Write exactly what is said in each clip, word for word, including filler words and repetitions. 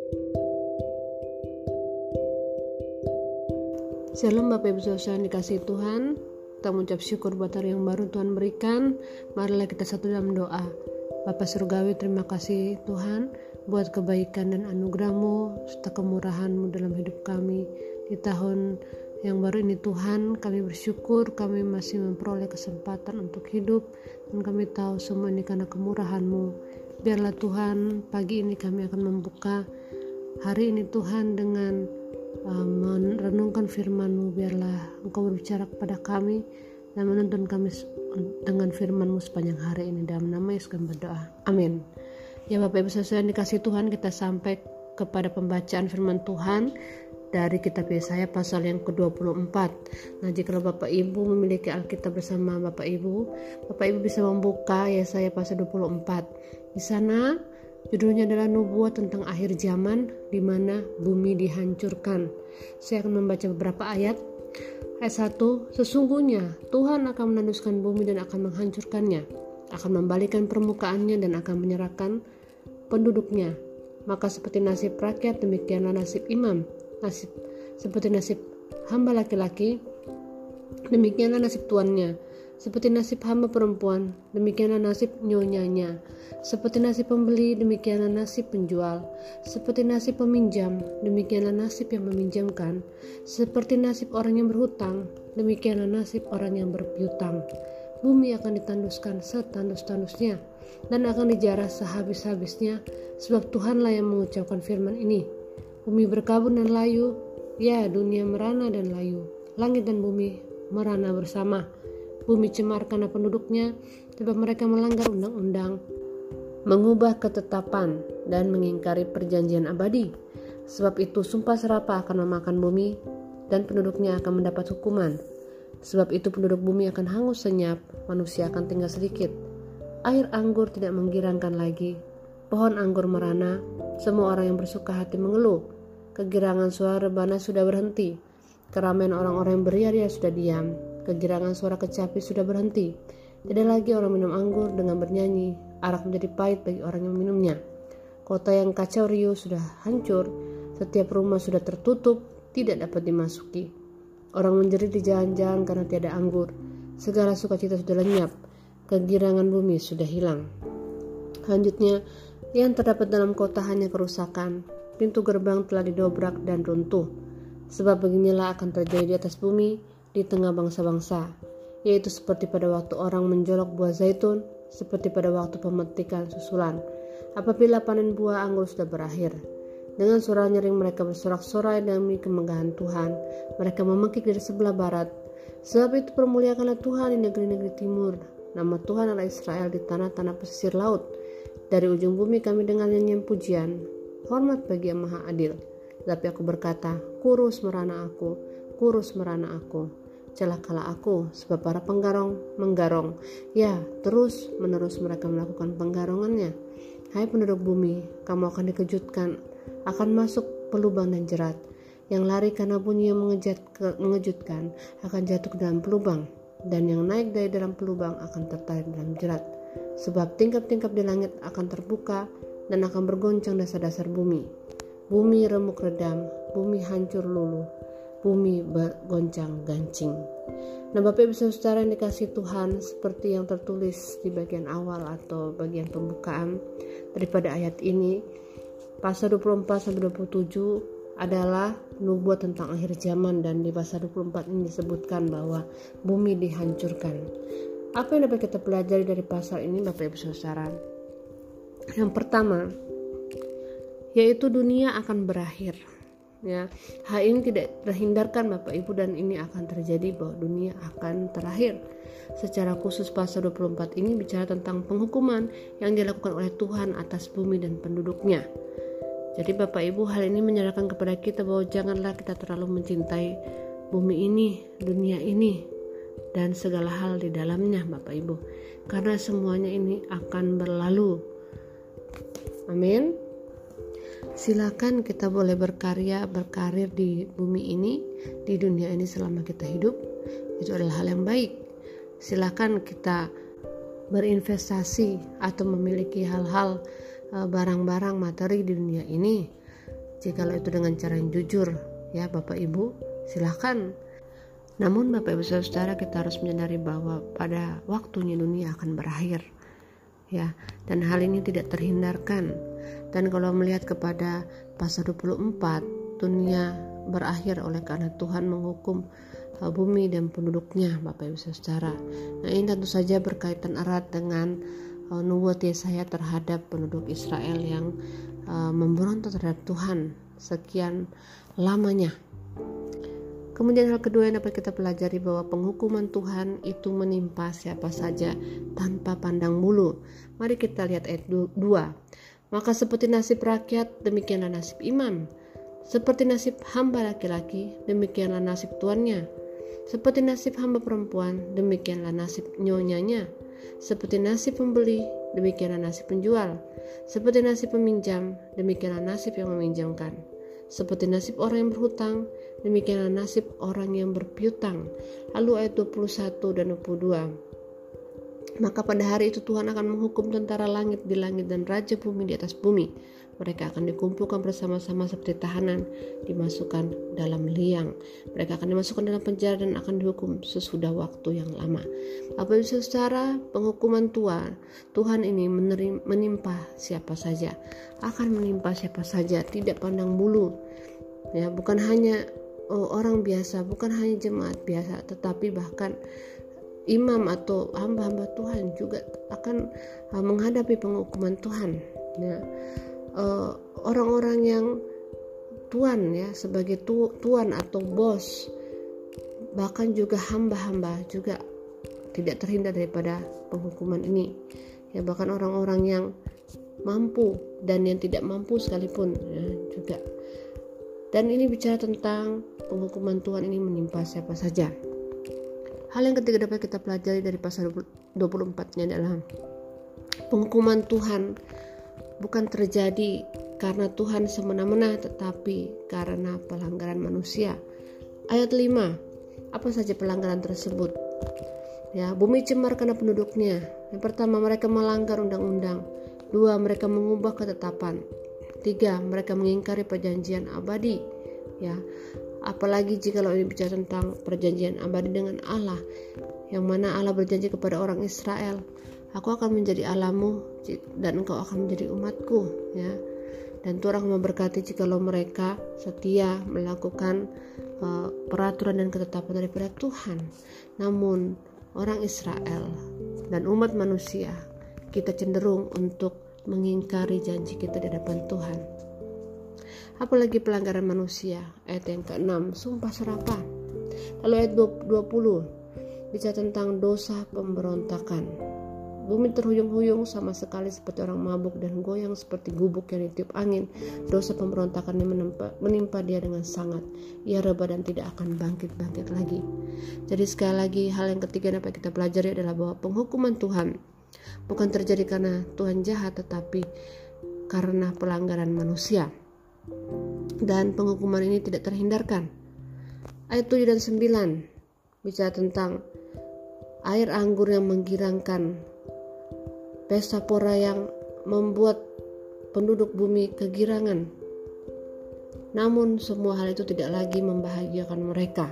Shalom Bapak Ibu Saudara yang dikasihi Tuhan. Kita mengucap syukur buat hari yang baru Tuhan berikan. Marilah kita satu dalam doa. Bapa Surgawi, terima kasih Tuhan buat kebaikan dan anugerah-Mu serta kemurahan-Mu dalam hidup kami. Di tahun yang baru ini Tuhan, kami bersyukur kami masih memperoleh kesempatan untuk hidup, dan kami tahu semua ini karena kemurahan-Mu. Biarlah Tuhan, pagi ini kami akan membuka hari ini Tuhan dengan merenungkan firman-Mu. Biarlah Engkau berbicara kepada kami dan menuntun kami dengan firman-Mu sepanjang hari ini. Dalam nama Yesus kami berdoa, amin. Ya Bapak Ibu Saudara yang dikasihi Tuhan, kita sampai kepada pembacaan firman Tuhan dari kitab Yesaya pasal yang ke dua puluh empat. Nah, jika Bapak Ibu memiliki Alkitab bersama Bapak Ibu, Bapak Ibu bisa membuka Yesaya pasal dua puluh empat. Di sana judulnya adalah nubuat tentang akhir zaman di mana bumi dihancurkan. Saya akan membaca beberapa ayat. Ayat satu, sesungguhnya Tuhan akan menanduskan bumi dan akan menghancurkannya, akan membalikan permukaannya dan akan menyerahkan penduduknya. Maka seperti nasib rakyat, demikianlah nasib imam. Nasib seperti nasib hamba laki-laki, demikianlah nasib tuannya. Seperti nasib hamba perempuan, demikianlah nasib nyonyanya. Seperti nasib pembeli, demikianlah nasib penjual. Seperti nasib peminjam, demikianlah nasib yang meminjamkan. Seperti nasib orang yang berhutang, demikianlah nasib orang yang berpiutang. Bumi akan ditanduskan setandus-tandusnya dan akan dijarah sehabis-habisnya, sebab Tuhanlah yang mengucapkan firman ini. Bumi berkabut dan layu, ya dunia merana dan layu. Langit dan bumi merana bersama. Bumi cemar karena penduduknya, sebab mereka melanggar undang-undang, mengubah ketetapan, dan mengingkari perjanjian abadi. Sebab itu sumpah serapah akan memakan bumi, dan penduduknya akan mendapat hukuman. Sebab itu penduduk bumi akan hangus senyap, manusia akan tinggal sedikit. Air anggur tidak menggirangkan lagi, pohon anggur merana, semua orang yang bersuka hati mengeluh. Kegirangan suara rebana sudah berhenti, keramaian orang-orang yang beria-ria sudah diam. Kegirangan suara kecapi sudah berhenti. Tidak lagi orang minum anggur dengan bernyanyi. Arak menjadi pahit bagi orang yang minumnya. Kota yang kacau riuh sudah hancur. Setiap rumah sudah tertutup, tidak dapat dimasuki. Orang menjerit di jalan-jalan karena tiada anggur. Segala sukacita sudah lenyap. Kegirangan bumi sudah hilang. Selanjutnya, yang terdapat dalam kota hanya kerusakan. Pintu gerbang telah didobrak dan runtuh. Sebab beginilah akan terjadi di atas bumi, di tengah bangsa-bangsa, yaitu seperti pada waktu orang menjolok buah zaitun, seperti pada waktu pemetikan susulan, apabila panen buah anggur sudah berakhir. Dengan suara nyaring mereka bersorak-sorai demi kemegahan Tuhan. Mereka memekik dari sebelah barat. Sebab itu permuliakanlah Tuhan di negeri-negeri timur. Nama Tuhan adalah Israel di tanah-tanah pesisir laut. Dari ujung bumi kami dengar nyanyian pujian. Hormat bagi yang maha adil. Tapi aku berkata, kurus merana aku, kurus merana aku. Celakalah aku, sebab para penggarong menggarong. Ya, terus menerus mereka melakukan penggarongannya. Hai penduduk bumi, kamu akan dikejutkan, akan masuk pelubang dan jerat. Yang lari karena bunyi yang mengejut, mengejutkan akan jatuh ke dalam pelubang, dan yang naik dari dalam pelubang akan tertarik dalam jerat. Sebab tingkap-tingkap di langit akan terbuka dan akan bergoncang dasar-dasar bumi. Bumi remuk redam, bumi hancur luluh, bumi bergoncang gancing. Nah Bapak Ibu Saudara yang dikasihi Tuhan, seperti yang tertulis di bagian awal atau bagian pembukaan daripada ayat ini, pasal dua puluh empat sampai dua puluh tujuh adalah nubuat tentang akhir zaman, dan di pasal dua puluh empat ini disebutkan bahwa bumi dihancurkan. Apa yang dapat kita pelajari dari pasal ini Bapak Ibu Saudara? Yang pertama, yaitu dunia akan berakhir. Ya, hal ini tidak terhindarkan Bapak Ibu, dan ini akan terjadi bahwa dunia akan terakhir. Secara khusus pasal dua puluh empat ini bicara tentang penghukuman yang dilakukan oleh Tuhan atas bumi dan penduduknya. Jadi Bapak Ibu, hal ini menyadarkan kepada kita bahwa janganlah kita terlalu mencintai bumi ini, dunia ini, dan segala hal di dalamnya Bapak Ibu, karena semuanya ini akan berlalu. Amin. Silakan kita boleh berkarya, berkarir di bumi ini, di dunia ini selama kita hidup. Itu adalah hal yang baik. Silakan kita berinvestasi atau memiliki hal-hal barang-barang materi di dunia ini. Jikalau itu dengan cara yang jujur, ya Bapak Ibu, silakan. Namun Bapak Ibu Saudara, kita harus menyadari bahwa pada waktunya dunia akan berakhir. Ya, dan hal ini tidak terhindarkan. Dan kalau melihat kepada pasal dua puluh empat, dunia berakhir oleh karena Tuhan menghukum uh, bumi dan penduduknya, Bapak Ibu Saudara. Nah, ini tentu saja berkaitan erat dengan uh, nubuat Yesaya terhadap penduduk Israel yang uh, memberontak terhadap Tuhan sekian lamanya. Kemudian hal kedua yang dapat kita pelajari bahwa penghukuman Tuhan itu menimpa siapa saja tanpa pandang bulu. Mari kita lihat ayat dua. Maka seperti nasib rakyat, demikianlah nasib imam. Seperti nasib hamba laki-laki, demikianlah nasib tuannya. Seperti nasib hamba perempuan, demikianlah nasib nyonyanya. Seperti nasib pembeli, demikianlah nasib penjual. Seperti nasib peminjam, demikianlah nasib yang meminjamkan. Seperti nasib orang yang berhutang, demikianlah nasib orang yang berpiutang. Lalu ayat dua puluh satu dan dua puluh dua. Maka pada hari itu Tuhan akan menghukum tentara langit di langit dan raja bumi di atas bumi. Mereka akan dikumpulkan bersama-sama seperti tahanan, dimasukkan dalam liang. Mereka akan dimasukkan dalam penjara dan akan dihukum sesudah waktu yang lama. Bapak Ibu Saudara, penghukuman Tuhan, Tuhan ini menerim, menimpa siapa saja, akan menimpa siapa saja, tidak pandang bulu. Ya, bukan hanya oh, orang biasa, bukan hanya jemaat biasa, tetapi bahkan imam atau hamba-hamba Tuhan juga akan uh, menghadapi penghukuman Tuhan. Ya, uh, orang-orang yang tuan ya sebagai tu, tuan atau bos, bahkan juga hamba-hamba juga tidak terhindar daripada penghukuman ini. Ya, bahkan orang-orang yang mampu dan yang tidak mampu sekalipun ya, juga. Dan ini bicara tentang penghukuman Tuhan ini menimpa siapa saja. Hal yang ketiga dapat kita pelajari dari pasal dua puluh empat-nya adalah penghukuman Tuhan bukan terjadi karena Tuhan semena-mena, tetapi karena pelanggaran manusia. Ayat lima, apa saja pelanggaran tersebut? Ya, bumi cemar karena penduduknya. Yang pertama, mereka melanggar undang-undang. Dua, mereka mengubah ketetapan. Tiga, mereka mengingkari perjanjian abadi. Ya, apalagi jika ini bicara tentang perjanjian abadi dengan Allah, yang mana Allah berjanji kepada orang Israel, aku akan menjadi Allahmu dan engkau akan menjadi umatku. Ya, dan Tuhan akan memberkati jikalau mereka setia melakukan uh, peraturan dan ketetapan daripada Tuhan. Namun orang Israel dan umat manusia, kita cenderung untuk mengingkari janji kita di hadapan Tuhan. Apalagi pelanggaran manusia. Ayat yang keenam, sumpah serapah. Lalu ayat dua puluh bicara tentang dosa pemberontakan. Bumi terhuyung-huyung sama sekali seperti orang mabuk dan goyang seperti gubuk yang ditiup angin. Dosa pemberontakan yang menimpa, menimpa dia dengan sangat. Ia rebah dan tidak akan bangkit-bangkit lagi. Jadi sekali lagi, hal yang ketiga yang dapat kita pelajari adalah bahwa penghukuman Tuhan bukan terjadi karena Tuhan jahat, tetapi karena pelanggaran manusia. Dan penghukuman ini tidak terhindarkan. Ayat tujuh dan sembilan bicara tentang air anggur yang menggirangkan, pesta pora yang membuat penduduk bumi kegirangan. Namun semua hal itu tidak lagi membahagiakan mereka.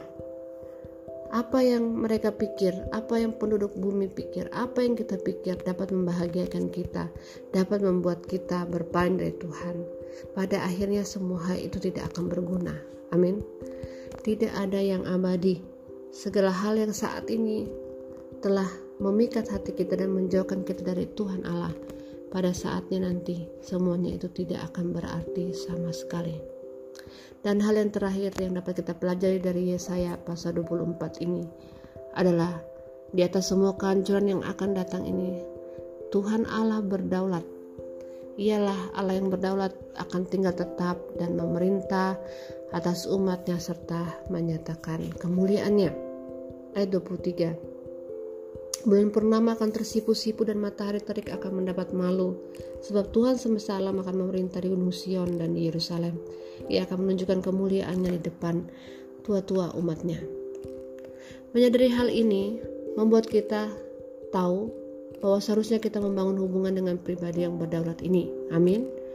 Apa yang mereka pikir, apa yang penduduk bumi pikir, apa yang kita pikir dapat membahagiakan kita, dapat membuat kita berpaling dari Tuhan. Pada akhirnya semua hal itu tidak akan berguna. Amin. Tidak ada yang abadi. Segala hal yang saat ini telah memikat hati kita dan menjauhkan kita dari Tuhan Allah, pada saatnya nanti semuanya itu tidak akan berarti sama sekali. Dan hal yang terakhir yang dapat kita pelajari dari Yesaya pasal dua puluh empat ini adalah di atas semua kehancuran yang akan datang ini, Tuhan Allah berdaulat. Ialah Allah yang berdaulat akan tinggal tetap dan memerintah atas umatnya serta menyatakan kemuliaannya. Ayat dua puluh tiga. Bulan purnama akan tersipu-sipu dan matahari terik akan mendapat malu, sebab Tuhan semesta alam akan memerintah di Gunung Sion dan di Yerusalem. Ia akan menunjukkan kemuliaannya di depan tua-tua umatnya. Menyadari hal ini membuat kita tahu bahwa seharusnya kita membangun hubungan dengan pribadi yang berdaulat ini. Amin.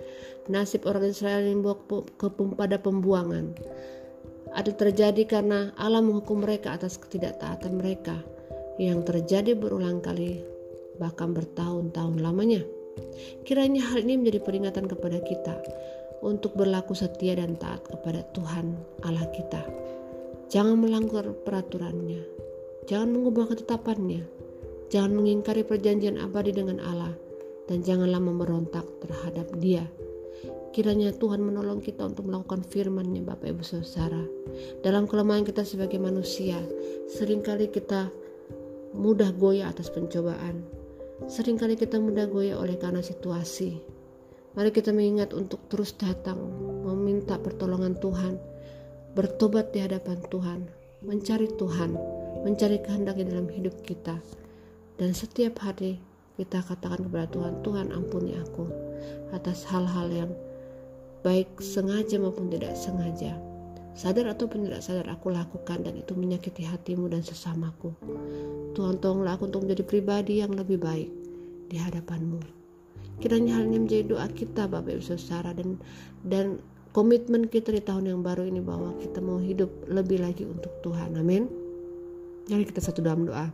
nasib orang Israel yang dibawa kepada pembuangan ada terjadi karena Allah menghukum mereka atas ketidaktaatan mereka yang terjadi berulang kali, bahkan bertahun-tahun lamanya. Kiranya hal ini menjadi peringatan kepada kita untuk berlaku setia dan taat kepada Tuhan Allah kita. Jangan melanggar peraturannya, jangan mengubah ketetapannya, jangan mengingkari perjanjian abadi dengan Allah, dan janganlah memberontak terhadap Dia. Kiranya Tuhan menolong kita untuk melakukan firman-Nya, Bapak Ibu Saudara. Dalam kelemahan kita sebagai manusia, seringkali kita mudah goyah atas pencobaan. Seringkali kita mudah goyah oleh karena situasi. Mari kita mengingat untuk terus datang, meminta pertolongan Tuhan, bertobat di hadapan Tuhan, mencari Tuhan, mencari kehendak-Nya dalam hidup kita. Dan setiap hari kita katakan kepada Tuhan, Tuhan ampuni aku atas hal-hal yang baik sengaja maupun tidak sengaja, sadar ataupun tidak sadar aku lakukan, dan itu menyakiti hatimu dan sesamaku. Tuhan, tolonglah aku untuk menjadi pribadi yang lebih baik di hadapan-Mu. Kiranya hal ini menjadi doa kita, Bapak Ibu Saudara, dan dan komitmen kita di tahun yang baru ini bahwa kita mau hidup lebih lagi untuk Tuhan. Amin. Mari kita satu dalam doa.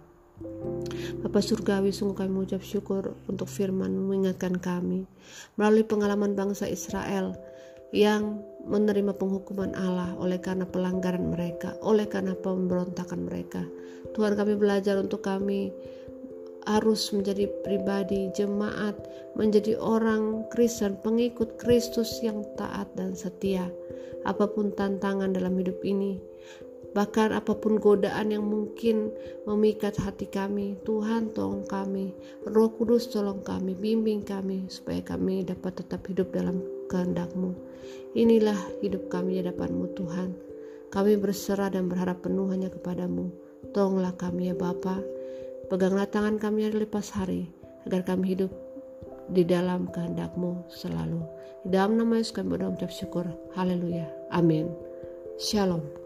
Bapa Surgawi, sungguh kami mengucap syukur untuk firman mengingatkan kami melalui pengalaman bangsa Israel yang menerima penghukuman Allah oleh karena pelanggaran mereka, oleh karena pemberontakan mereka. Tuhan, kami belajar untuk kami harus menjadi pribadi, jemaat, menjadi orang Kristen, pengikut Kristus yang taat dan setia. Apapun tantangan dalam hidup ini, bahkan apapun godaan yang mungkin memikat hati kami, Tuhan tolong kami, Roh Kudus tolong kami, bimbing kami supaya kami dapat tetap hidup dalam kehendak-Mu. Inilah hidup kami di hadapan-Mu, Tuhan. Kami berserah dan berharap penuh hanya kepada-Mu. Tolonglah kami ya Bapa, peganglah tangan kami hari lepas hari, agar kami hidup di dalam kehendak-Mu selalu. Di dalam nama Yesus kami berdoa mengucap syukur. Haleluya. Amin. Shalom.